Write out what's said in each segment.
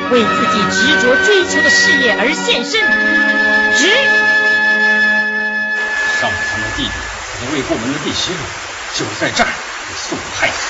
为自己执着追求的事业而献身，值。 上了他们弟弟和未过门的弟媳妇，就是在这儿被宋害死。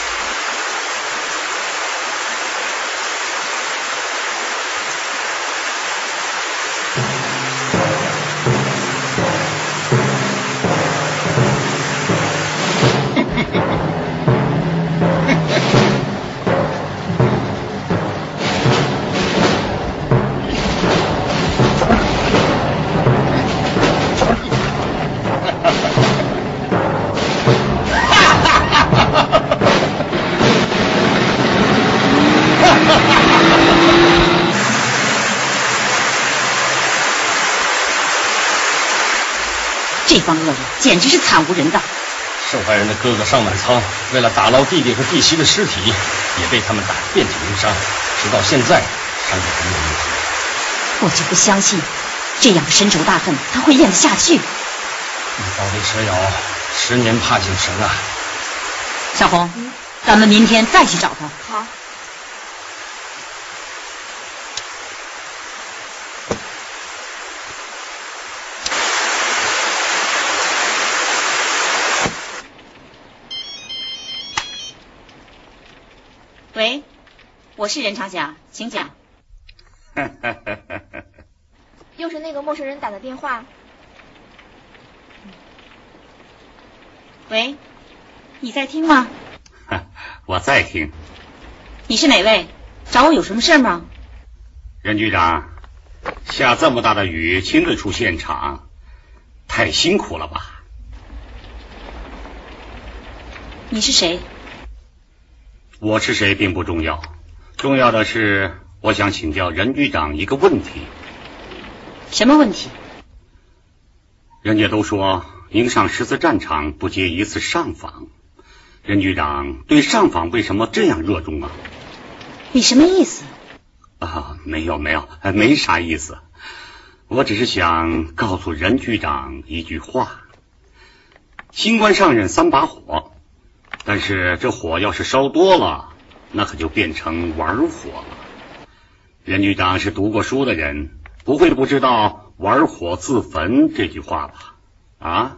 这帮恶人简直是惨无人道。 受害人的哥哥上满仓，为了打捞弟弟和弟媳的尸体，也被他们打得遍体鳞伤，直到现在伤得很有问题。 我就不相信这样的深仇大恨他会咽得下去。 一朝被蛇咬，10年怕井绳啊！ 小红，咱们明天再去找他。 好。 喂，我是任长霞，请讲。 又是那个陌生人打的电话。 喂，你在听吗？ 我在听。 你是哪位？找我有什么事吗？ 任局长，下这么大的雨亲自出现场，太辛苦了吧？ 你是谁？ 我是谁并不重要，重要的是我想请教任局长一个问题。 什么问题？ 人家都说迎上10次战场不结1次上访，任局长对上访为什么这样热衷啊？ 你什么意思？ 没有，没啥意思。我只是想告诉任局长一句话：新官上任3把火，但是这火要是烧多了，那可就变成玩火了。任局长是读过书的人，不会不知道玩火自焚这句话吧？啊？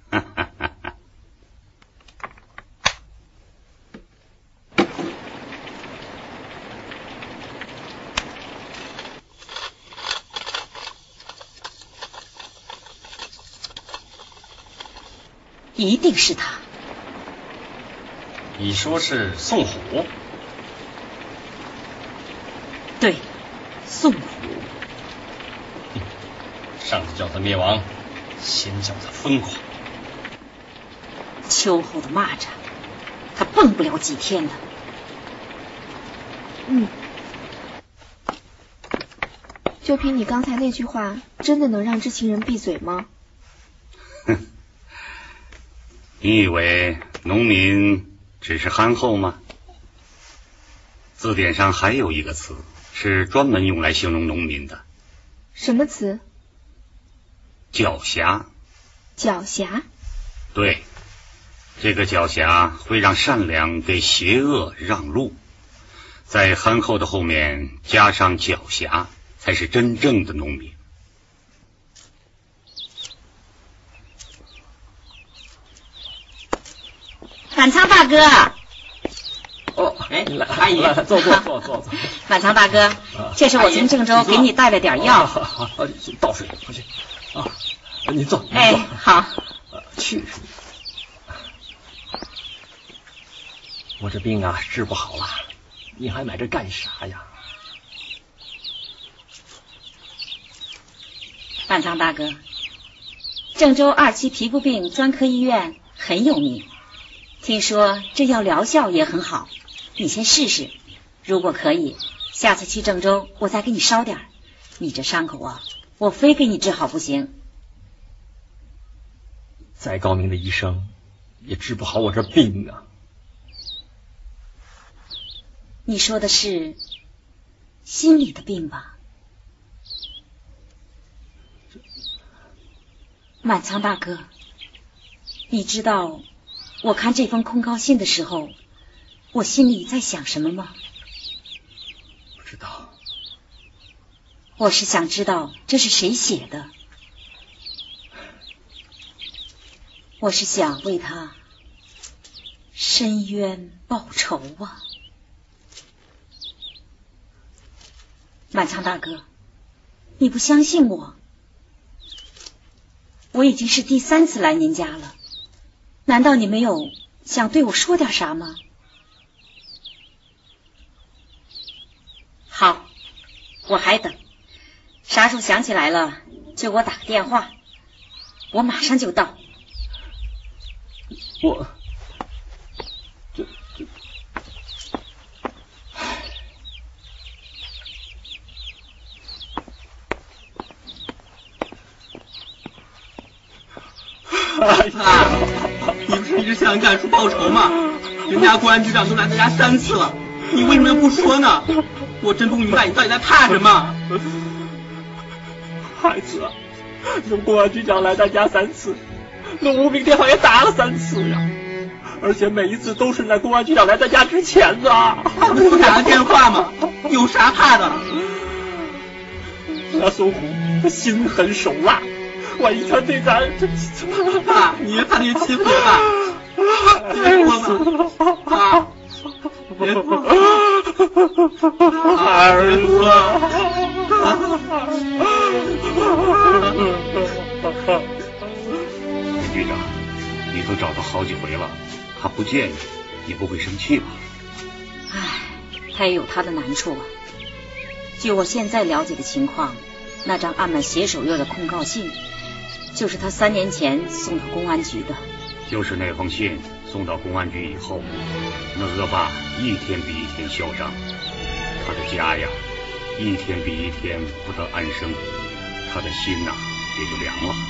一定是他。 你说是宋虎？ 对，宋虎。 上次叫他灭亡，先叫他疯狂。 秋后的蚂蚱，他蹦不了几天了。 就凭你刚才那句话，真的能让知情人闭嘴吗？ 你以为农民只是憨厚吗？字典上还有一个词是专门用来形容农民的。 什么词？ 狡黠。 狡黠？ 对，这个狡黠会让善良给邪恶让路，在憨厚的后面加上狡黠，才是真正的农民。 满仓大哥。 阿姨，坐。 满仓大哥，这是我从郑州给你带了点药。 倒水，快去啊！你坐。 好。 去！我这病啊治不好了，你还买这干啥呀？ 满仓大哥，郑州2期皮肤病专科医院很有名，听说这药疗效也很好，你先试试，如果可以，下次去郑州我再给你烧点。你这伤口啊，我非给你治好不行。 再高明的医生也治不好我这病啊。 你说的是心里的病吧？满仓大哥，你知道我看这封控告信的时候，我心里在想什么吗？ 不知道。 我是想知道这是谁写的，我是想为他伸冤报仇啊。满仓大哥，你不相信我？我已经是第3次来您家了，难道你没有想对我说点啥吗？好，我还等，啥时候想起来了就给我打个电话，我马上就到。 你不是一直向干叔报仇吗？人家公安局长都来他家3次了，你为什么不说呢？我真不明白你到底在怕什么。 孩子，那公安局长来他家3次，那无名电话也打了3次呀，而且每一次都是在公安局长来他家之前的。 他不是打个电话吗？有啥怕的？ 那松虎他心狠手辣，万一他对咱爸，你别怕那些欺负我爸，你别说嘛，爸，别说，儿子。 任局长，你都找他好几回了，他不见你，你不会生气吧？ 唉，他也有他的难处啊。据我现在了解的情况，那张按满血手印的控告信就是他3年前送到公安局的。 就是那封信送到公安局以后，那恶霸一天比一天嚣张，他的家呀一天比一天不得安生，他的心呐也就凉了。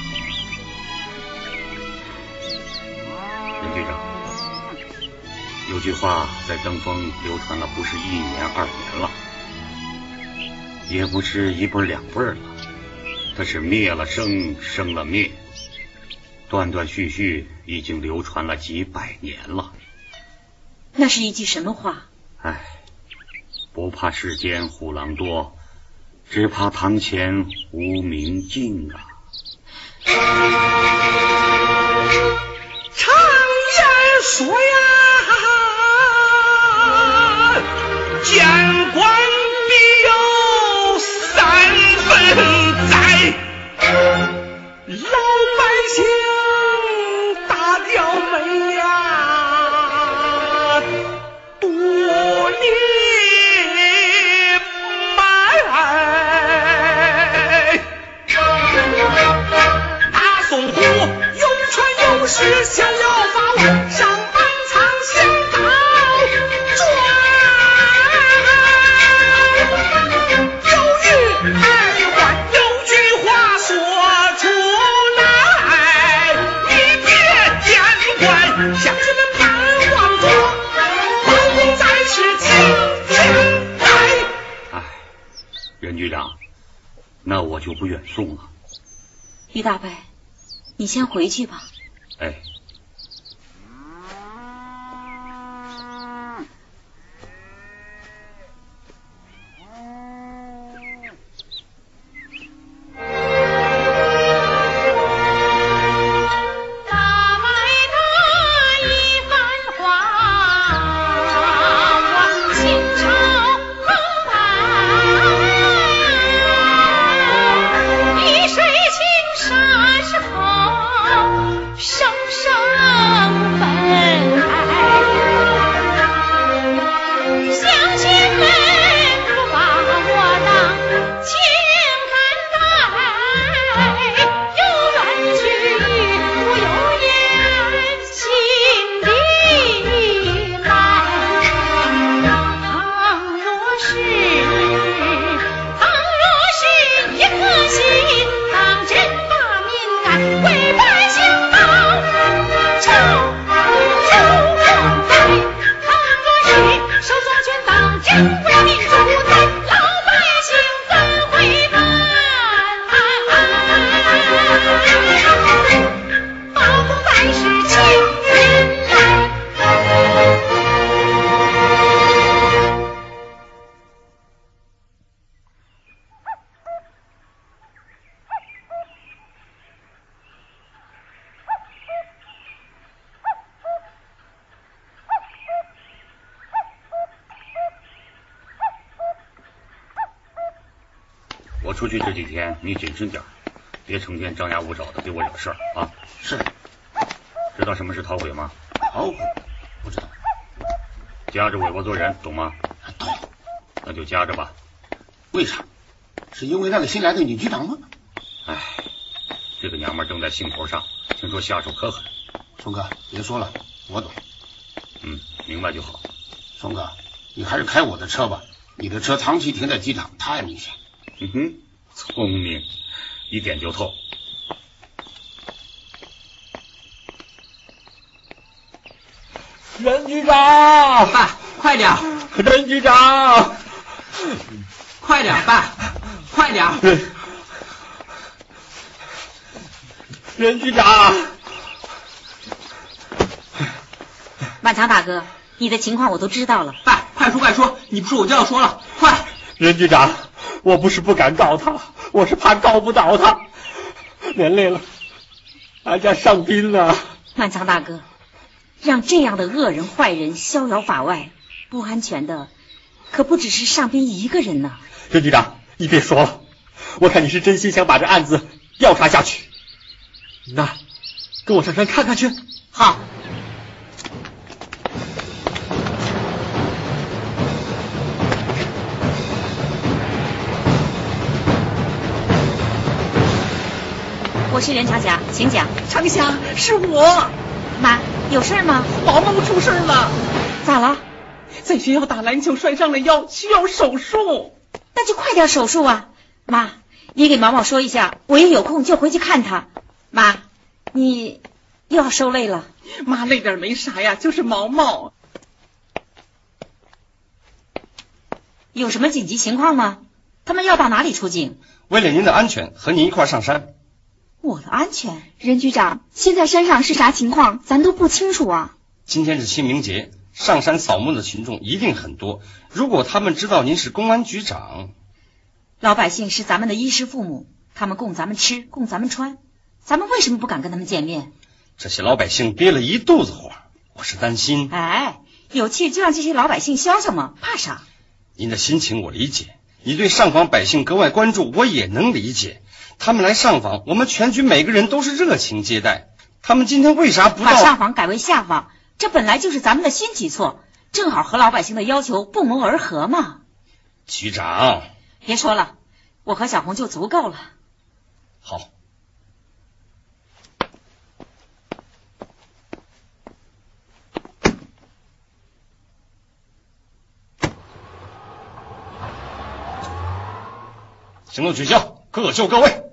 任局长，有句话在登封流传了不是1年2年了，也不是1辈2辈了，它是灭了生，生了灭，断断续续已经流传了几百年了。 那是一句什么话？ 唉，不怕世间虎狼多，只怕堂前无名尽啊。 常言说呀，见官必有3分灾，老百姓大掉霉呀，多你买。大宋虎有权有势，逍遥法外，上满仓先到转。犹豫徘徊，有句话说出来，你别见怪，乡亲们盼望着，后再是青天来。 唉，任局长，那我就不远送了。 于大伯，你先回去吧。 哎， 生生我出去这几天你谨慎点，别成天张牙舞爪的给我惹事儿啊！ 是。 知道什么是讨悔吗？ 讨悔？不知道。 夹着尾巴做人，懂吗？ 懂。 那就夹着吧。 为啥？是因为那个新来的女局长吗？ 哎，这个娘们正在兴头上，听说下手可狠。 松哥，别说了，我懂。 明白就好。 松哥，你还是开我的车吧，你的车长期停在机场太明显。 聪明，一点就透。 任局长， 爸，快点！ 任局长， 快点，爸，快点！ 任局长， 万强大哥，你的情况我都知道了。 爸，快说快说，你不说我就要说了，快！ 任局长，我不是不敢告他，我是怕告不倒他，连累了俺家上宾了。 万强大哥，让这样的恶人坏人逍遥法外，不安全的可不只是上宾一个人呢。 任局长，你别说了，我看你是真心想把这案子调查下去。那跟我上山看看去。 好。我是任长霞，请讲。 长霞，是我。 妈，有事吗？ 毛毛出事了。 咋了？ 在学校打篮球摔伤了腰，需要手术。 那就快点手术啊！妈，你给毛毛说一下，我一有空就回去看他。妈，你又要受累了。 妈累点没啥呀，就是毛毛。 有什么紧急情况吗？他们要到哪里出境？ 为了您的安全，和您一块上山。 我的安全？ 任局长，现在山上是啥情况，咱都不清楚啊。 今天是清明节，上山扫墓的群众一定很多。如果他们知道您是公安局长， 老百姓是咱们的衣食父母，他们供咱们吃，供咱们穿，咱们为什么不敢跟他们见面？ 这些老百姓憋了一肚子火，我是担心。 哎，有气就让这些老百姓消消嘛，怕啥？ 您的心情我理解，你对上访百姓格外关注，我也能理解。他们来上访，我们全局每个人都是热情接待。他们今天为啥不到？ 把上访改为下访，这本来就是咱们的新举措，正好和老百姓的要求不谋而合嘛。 局长， 别说了，我和小红就足够了。 好。行动取消，各就各位。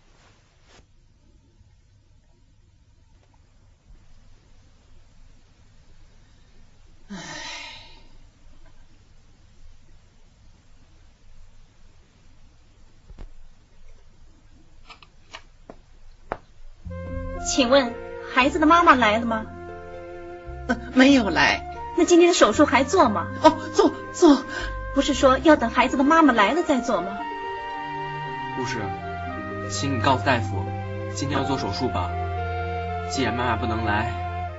请问孩子的妈妈来了吗？ 没有来。 那今天的手术还做吗？ 哦，做。 不是说要等孩子的妈妈来了再做吗？ 护士，请你告诉大夫，今天要做手术吧。既然妈妈不能来，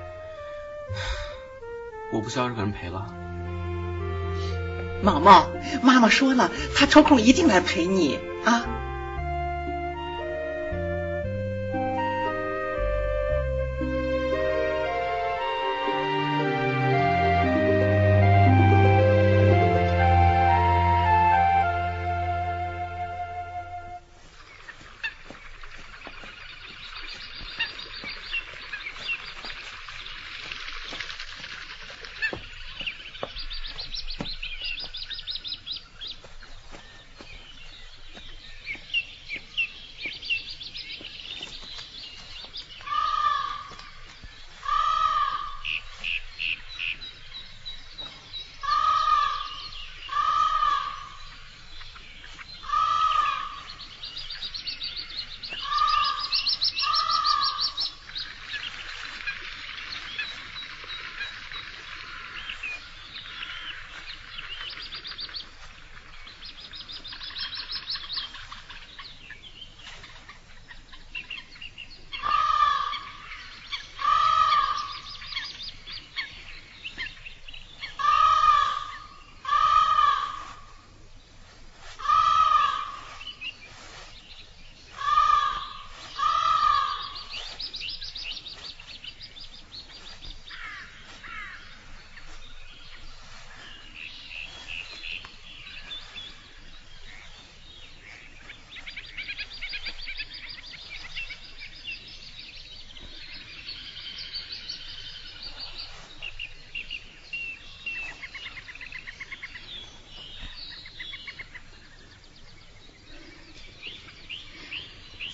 我不需要任何人陪了。 毛毛，妈妈说了，她抽空一定来陪你啊。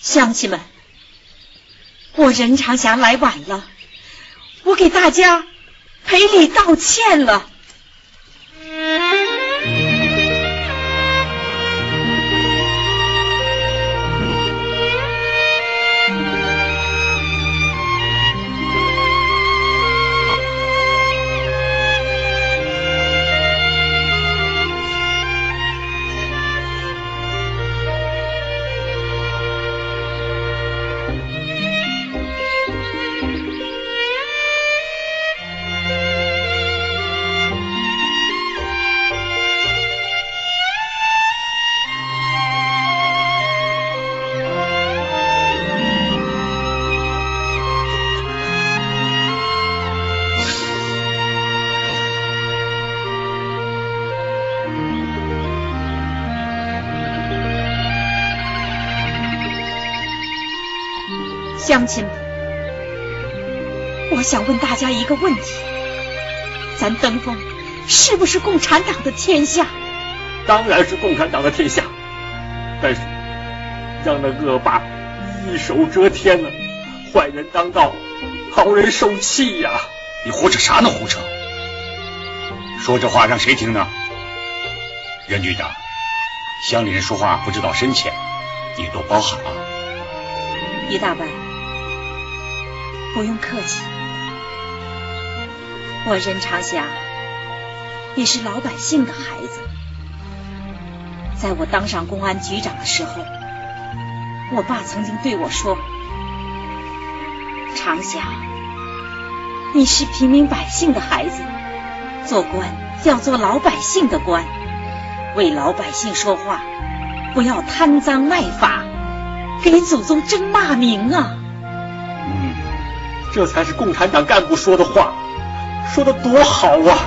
乡亲们，我任长霞来晚了，我给大家赔礼道歉了。乡亲们，我想问大家一个问题：咱登封是不是共产党的天下？ 当然是共产党的天下，但是让那恶霸一手遮天了，坏人当道，好人受气呀！ 你胡扯啥呢？胡扯！说这话让谁听呢？任局长，乡里人说话不知道深浅，你多包涵啊。 于大伯，不用客气，我任长霞也是老百姓的孩子。在我当上公安局长的时候，我爸曾经对我说：长霞，你是平民百姓的孩子，做官要做老百姓的官，为老百姓说话，不要贪赃卖法，给祖宗争骂名啊！ 这才是共产党干部说的话，说的多好啊！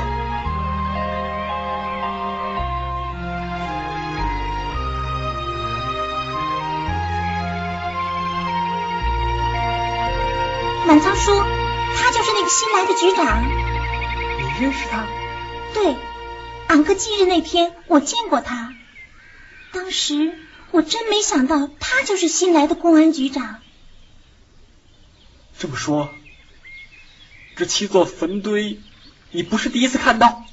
满仓说，他就是那个新来的局长。 你认识他？ 对，俺哥忌日那天我见过他，当时我真没想到他就是新来的公安局长。 这么说，这7座坟堆你不是第一次看到？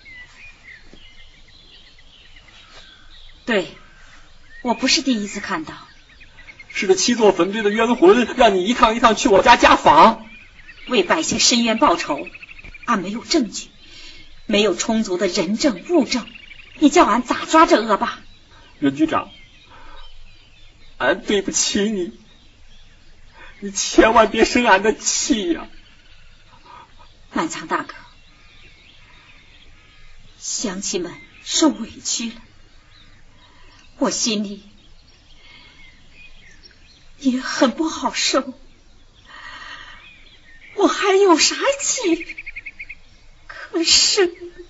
对，我不是第一次看到。 是这7座坟堆的冤魂让你一趟一趟去我家家访， 为百姓伸冤报仇。俺没有证据，没有充足的人证物证，你叫俺咋抓这恶霸？ 任局长，俺对不起你，你千万别生俺的气呀！ 满仓大哥，乡亲们受委屈了，我心里也很不好受，我还有啥气？可是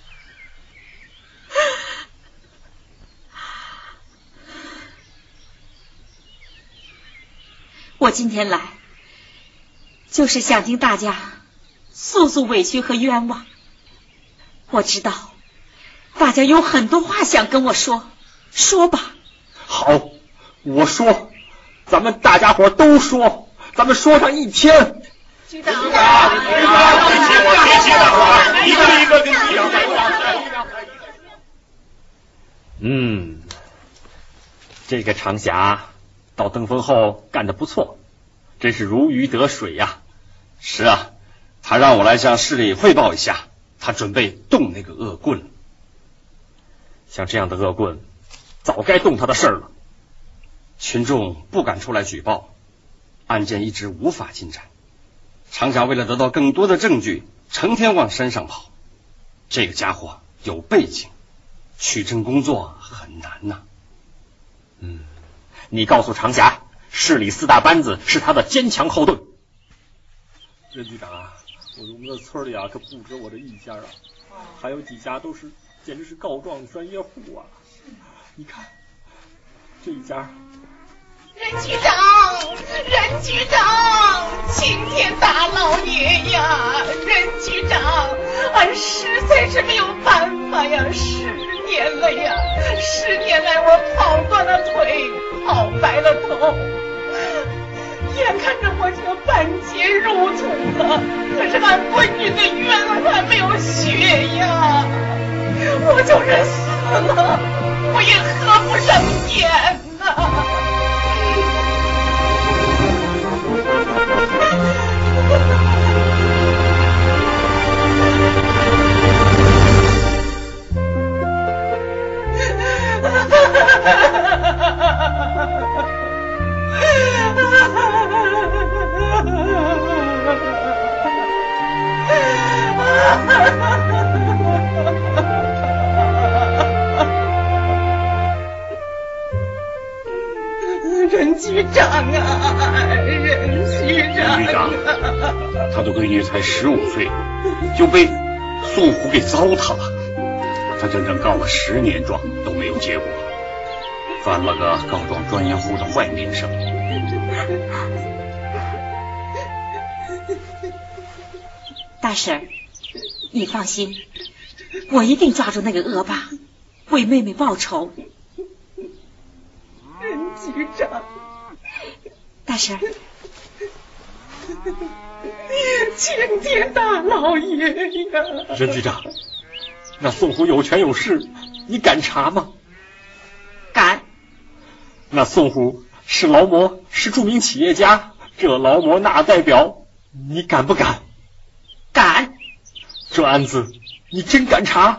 我今天来就是想听大家诉诉委屈和冤枉。我知道大家有很多话想跟我说，说吧。 好，我说，咱们大家伙都说，咱们说上一天。 局长，别气了，一个一个跟你讲。 这个长霞到登封后干得不错，真是如鱼得水呀。 是啊，他让我来向市里汇报一下，他准备动那个恶棍。 像这样的恶棍，早该动他的事儿了。 群众不敢出来举报，案件一直无法进展。长霞为了得到更多的证据，成天往山上跑。这个家伙有背景，取证工作很难呐。 你告诉长霞，市里4大班子是他的坚强后盾。任局长啊，我们的村里啊，可不止我这一家啊，还有几家都是简直是告状专业户啊。你看这一家。 任局长，青天大老爷呀，任局长，俺实在是没有办法呀，10年了呀，10年来我跑断了腿，跑白了头， 着我就半截入土了，可是俺闺女的冤还没有雪呀，我就是死了，我也合不上眼呐。任局长啊，任局长， 他的闺女才15岁，就被宋虎给糟蹋了。他整整告了10年状都没有结果，翻了个告状专员户的坏名声。 大婶儿，你放心，我一定抓住那个恶霸，为妹妹报仇。 任局长， 大婶儿， 青天大老爷呀！ 任局长，那宋虎有权有势，你敢查吗？ 敢。 那宋虎是劳模，是著名企业家，这劳模那代表，你敢不敢？ 敢。 这案子你真敢查？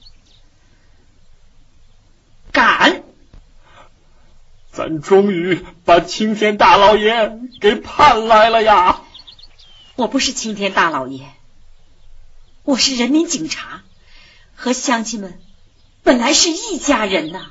敢。 咱终于把青天大老爷给盼来了呀！ 我不是青天大老爷，我是人民警察，和乡亲们本来是一家人呐。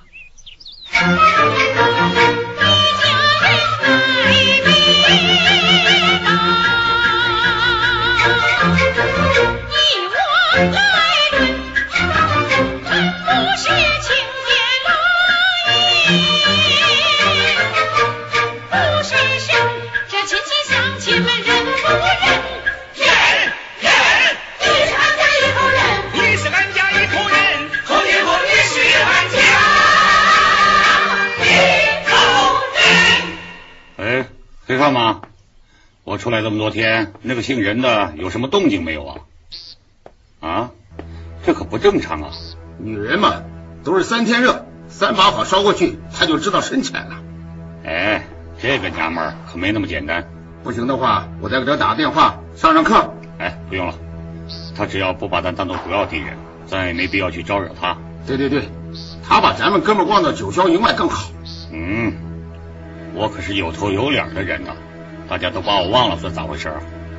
黑发吗？我出来这么多天，那个姓任的有什么动静没有啊？啊，这可不正常啊！ 女人嘛，都是3天热，3把火烧过去，她就知道深浅了。 哎，这个娘们儿可没那么简单。 不行的话，我再给她打个电话，上课。 哎，不用了，她只要不把咱当做主要敌人，咱也没必要去招惹她。 对，她把咱们哥们忘到九霄云外更好。 我可是有头有脸的人呐，大家都把我忘了，算咋回事啊？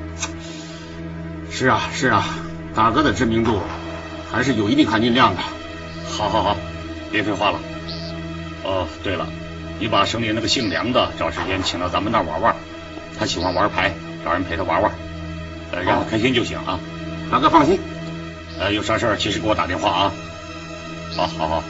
是啊，大哥的知名度还是有一定含金量的。 好，别废话了。哦，对了，你把省里那个姓梁的找时间请到咱们那儿玩玩，他喜欢玩牌，找人陪他玩玩，让他开心就行啊。 大哥放心。 有啥事儿及时给我打电话啊。好。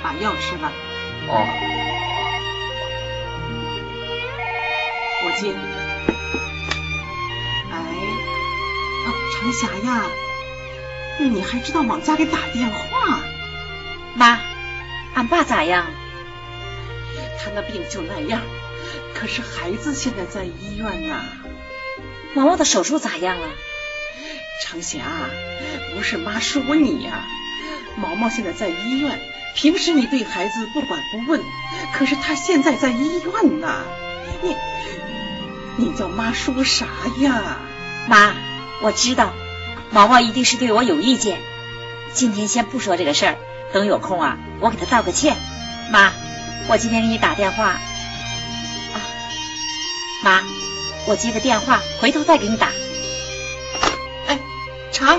把药吃了。 哦。 我接。长霞呀，你还知道往家里打电话？ 妈，俺爸咋样？ 他那病就那样，可是孩子现在在医院呢。 毛毛的手术咋样了？ 长霞，不是妈说你呀，毛毛现在在医院，平时你对孩子不管不问，可是他现在在医院呢。你叫妈说啥呀？ 妈，我知道毛毛一定是对我有意见，今天先不说这个事儿，等有空啊我给他道个歉。妈，我今天给你打电话妈，我接个电话，回头再给你打。 长，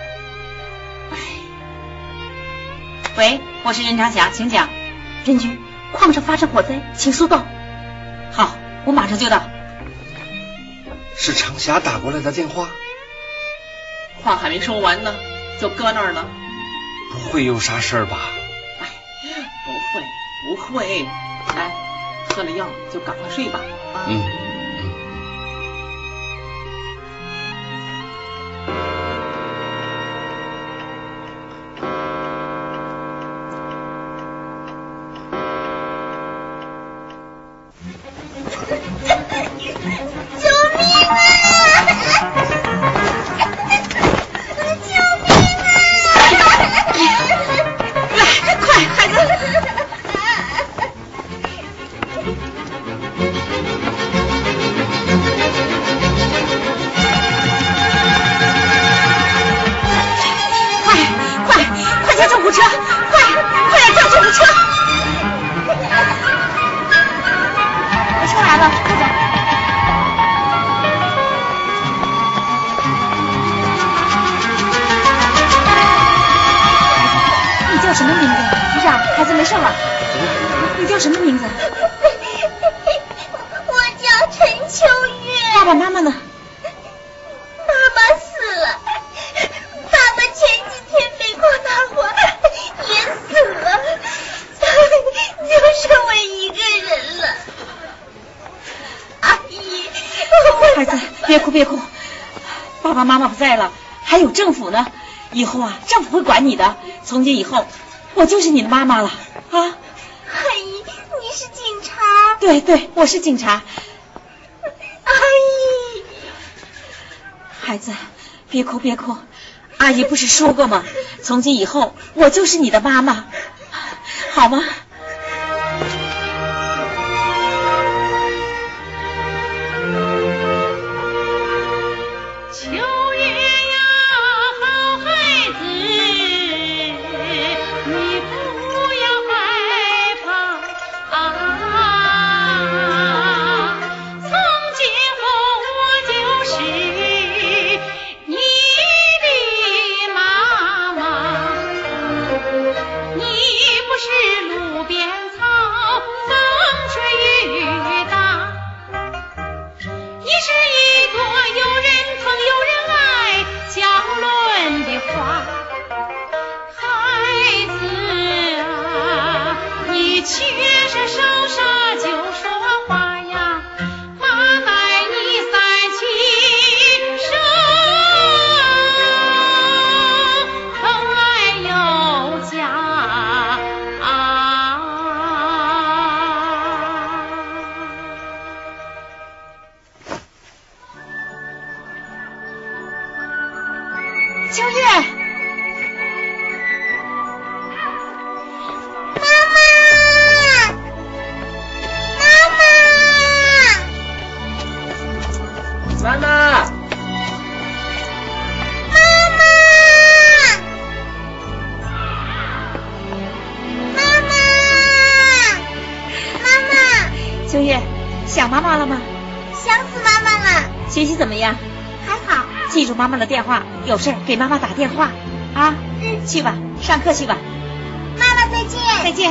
喂，我是任长霞，请讲。任局，矿上发生火灾，请速到。好，我马上就到。 是长霞打过来的电话？ 话还没说完呢，就搁那儿了。 不会有啥事儿吧？ 不会。来，喝了药就赶快睡吧。 别哭，爸爸妈妈不在了，还有政府呢，以后啊政府会管你的，从今以后我就是你的妈妈了啊。 阿姨，你是警察？ 对，我是警察。 阿姨， 孩子别哭，阿姨不是说过吗？从今以后我就是你的妈妈，好吗？秋月，想妈妈了吗？ 想死妈妈了。 学习怎么样？ 还好。 记住妈妈的电话，有事给妈妈打电话啊。去吧，上课去吧。 妈妈再见。 再见。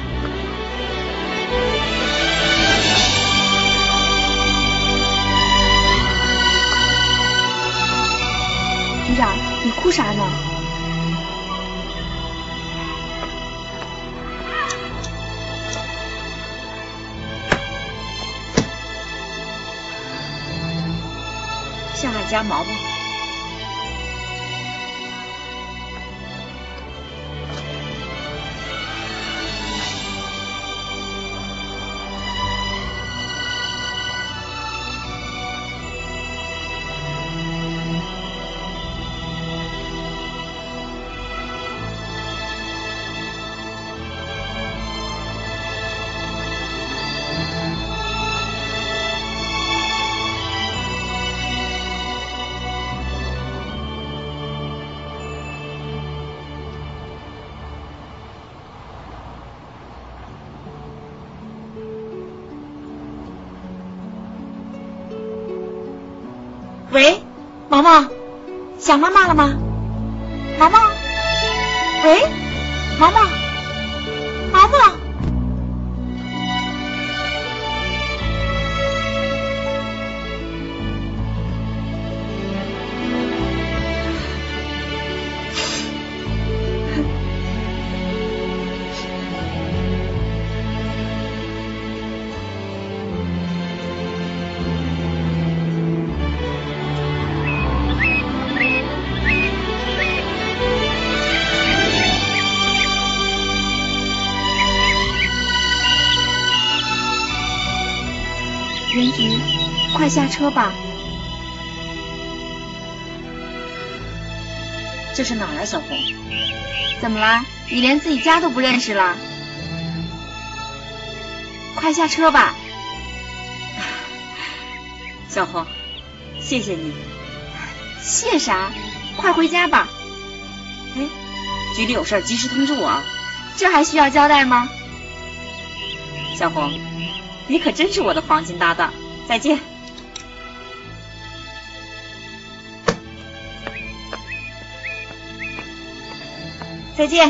局长，你哭啥呢？ 上俺家毛毛。喂，毛毛，想妈妈了吗？毛毛，喂，毛毛，毛毛。 元菊，快下车吧。 这是哪儿啊，小红？ 怎么啦？你连自己家都不认识了？快下车吧。 小红，谢谢你。 谢啥？快回家吧。 哎，局里有事及时通知我。 这还需要交代吗？ 小红，你可真是我的黄金搭档，再见。再见。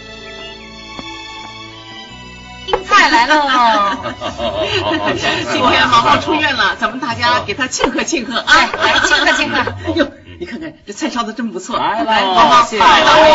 英菜来喽！今天毛毛出院了，咱们大家给他庆贺庆贺啊！ 来庆贺庆贺！ 哟，你看看这菜烧的真不错。 来， 毛毛， 谢谢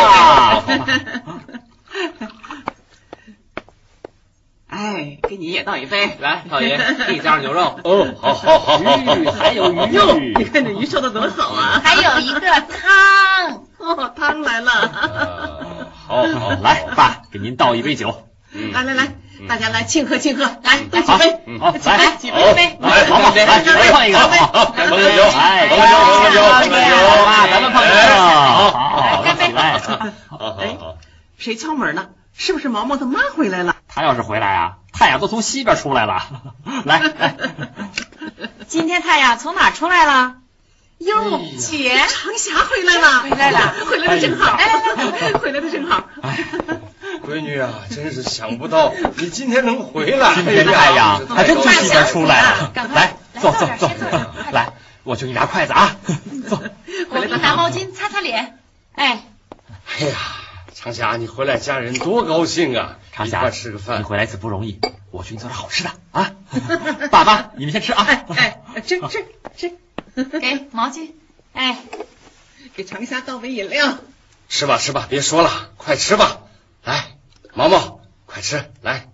哎，给你也倒一杯。 来，少爷，给你加上牛肉。 哦，好。 鱼，还有鱼。 哟，你看这鱼烧的多好啊！ 还有一个汤。 哦，汤来了。 好， 来，爸，给您倒一杯酒。 来，大家来庆贺庆贺，来几杯， 好，来几杯， 来，好，来，谁碰一个？ 碰个酒， 哎，爸，咱们碰一个，好，一起来。 哎，谁敲门呢？是不是毛毛的妈回来了？ 他要是回来啊，太阳都从西边出来了。来， 今天太阳从哪出来了？ 哟，姐，长霞回来了，回来的正好，回来的正好。 闺女啊，真是想不到你今天能回来。 今天太阳还真从西边出来了。来，坐，来，我去给你拿筷子啊。坐， 我给你拿毛巾擦擦脸。 哎呀，长霞，你回来家人多高兴啊！ 长霞， 一块吃个饭。 你回来一次不容易，我去给你做点好吃的啊。爸妈，你们先吃啊。 吃。 给毛巾。 哎， 给长霞倒杯饮料。 吃吧，别说了，快吃吧。来，毛毛，快吃，来。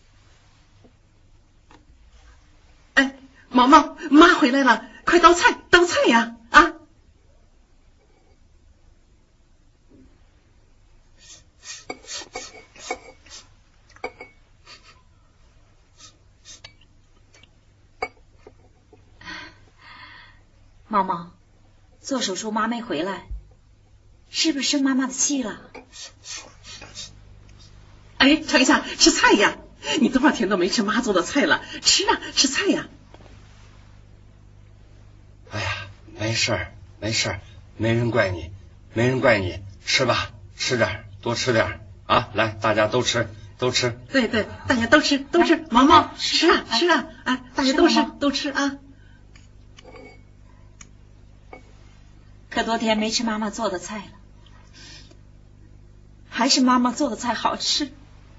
哎，毛毛，妈回来了，快倒菜呀！啊！ 毛毛，做手术妈没回来，是不是生妈妈的气了？ 哎，长霞，吃菜呀！你多少天都没吃妈做的菜了，吃菜呀！ 哎呀，没事儿，没人怪你，吃吧，吃点，多吃点啊！来，大家都吃。 对，大家都吃，毛毛吃啊！哎，大家都吃啊！ 可多天没吃妈妈做的菜了，还是妈妈做的菜好吃。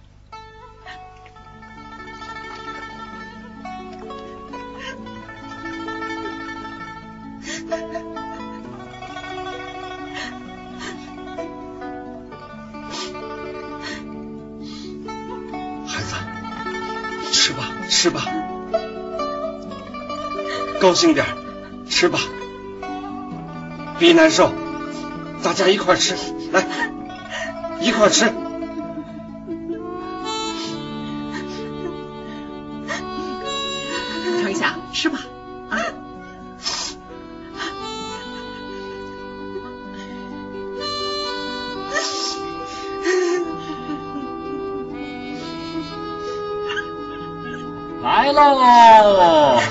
孩子，吃吧，高兴点，吃吧。 别难受，大家一块吃，来，一块吃。 程霞，吃吧，啊。 来喽！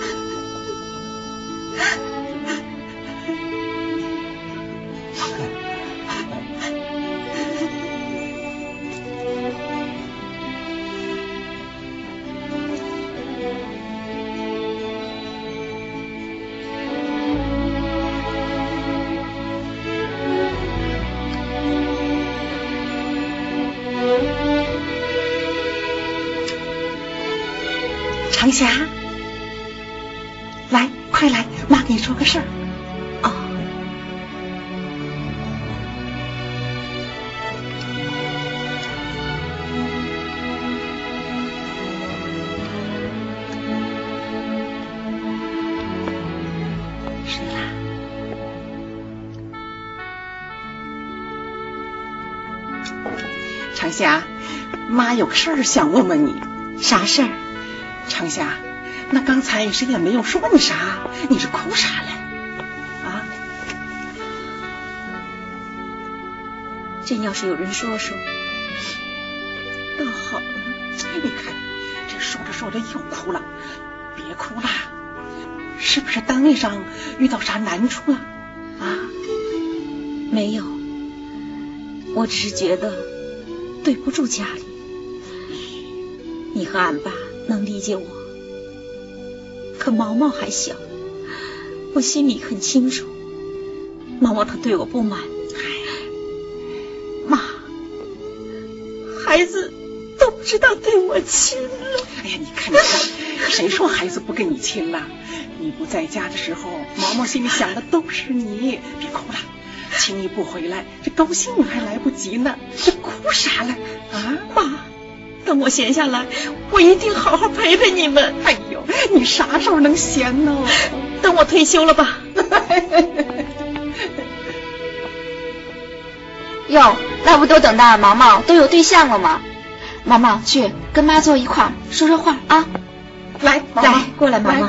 程霞，来，快来，妈跟你说个事儿。 哦， 是啦。程霞，妈有个事儿想问问你。 啥事儿？ 程霞，那刚才谁也没有说你啥，你是哭啥嘞？啊？ 真要是有人说说， 那好了，你看这说着说着又哭了，别哭啦，是不是单位上遇到啥难处了？啊？ 没有，我只是觉得对不住家里。你和俺爸能理解我，可毛毛还小，我心里很清楚，毛毛他对我不满。妈，孩子都不知道对我亲了。 哎呀，你看，谁说孩子不跟你亲了？你不在家的时候，毛毛心里想的都是你。别哭了，请你不回来，这高兴还来不及呢，这哭啥了？啊， 妈。等我闲下来，我一定好好陪陪你们。 哎呦，你啥时候能闲呢？ 等我退休了吧。 哟，那不都等到毛毛都有对象了吗？毛毛去跟妈坐一块儿说说话啊！ 来， 来，过来，毛毛。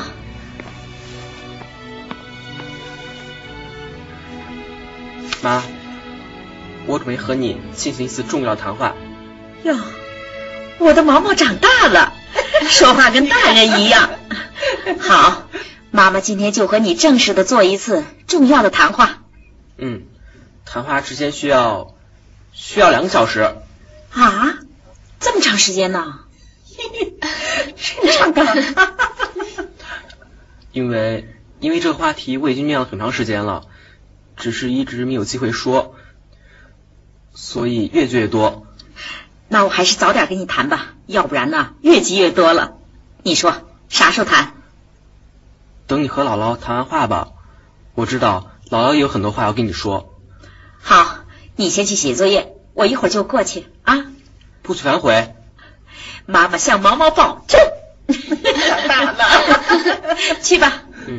妈，我准备和你进行一次重要谈话。 哟。我的毛毛长大了，说话跟大人一样。好，妈妈今天就和你正式的做一次重要的谈话。 谈话之前需要2个小时。 啊，这么长时间呢？ 真长啊！ 因为这个话题我已经念了很长时间了，只是一直没有机会说，所以越积越多。 那我还是早点跟你谈吧，要不然呢越积越多了。你说啥时候谈？ 等你和姥姥谈完话吧，我知道姥姥也有很多话要跟你说。 好，你先去写作业，我一会儿就过去啊。 不许反悔。 妈妈向毛毛保证。长大了。去吧。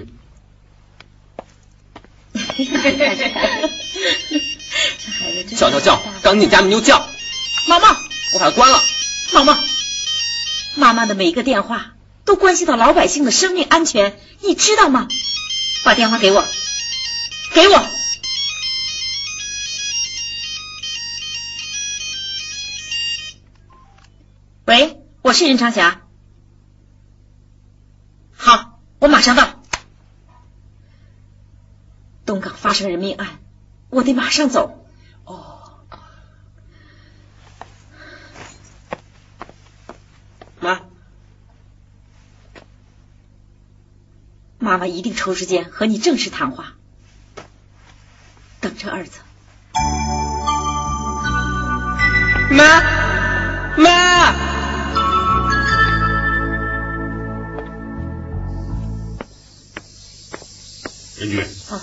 叫，刚进家门就叫。 毛毛， 我把它关了。 毛毛，妈妈的每一个电话都关系到老百姓的生命安全，你知道吗？把电话给我，给我。喂，我是任长霞。好，我马上到。东港发生人命案，我得马上走。妈妈一定抽时间和你正式谈话，等着儿子。 妈， 任局。 啊。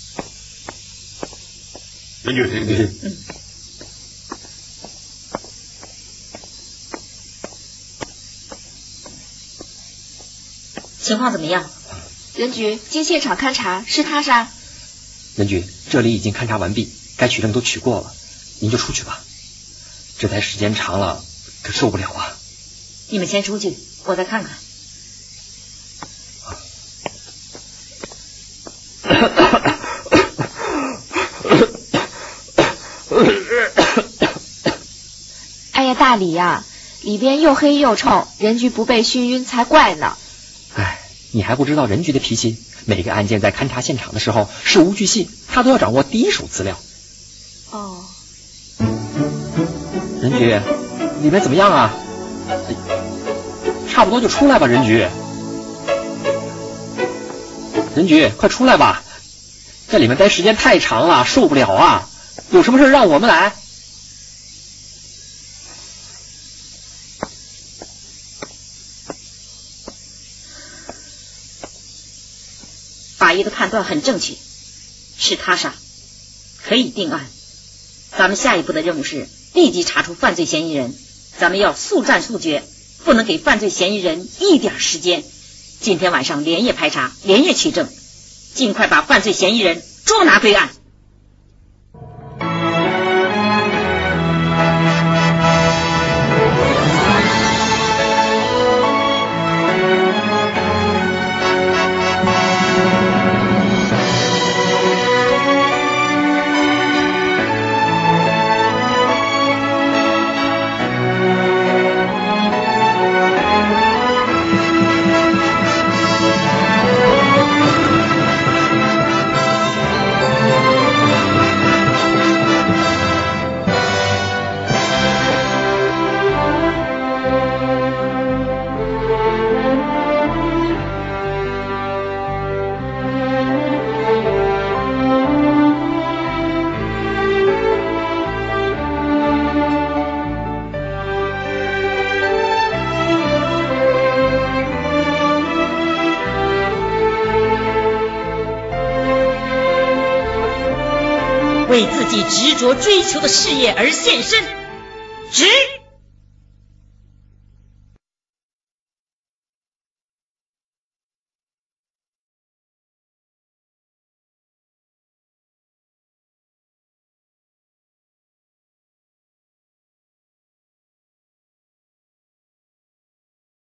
任局。 情况怎么样？ 任局经现场勘查，是他杀。 任局， 这里已经勘察完毕，该取证都取过了，您就出去吧。这待时间长了，可受不了啊。 你们先出去，我再看看。 哎呀，大李呀，里边又黑又臭，人局不被熏晕才怪呢。 哎，你还不知道人局的脾气？每个案件在勘察现场的时候，事无巨细，他都要掌握第一手资料。 哦。 人局，里面怎么样啊？差不多就出来吧，人局。人局，快出来吧！在里面待时间太长了，受不了啊！有什么事让我们来。 法医的判断很正确，是他杀，可以定案。咱们下一步的任务是立即查出犯罪嫌疑人，咱们要速战速决，不能给犯罪嫌疑人一点时间。今天晚上连夜排查，连夜取证，尽快把犯罪嫌疑人捉拿归案。为自己执着追求的事业而献身，值。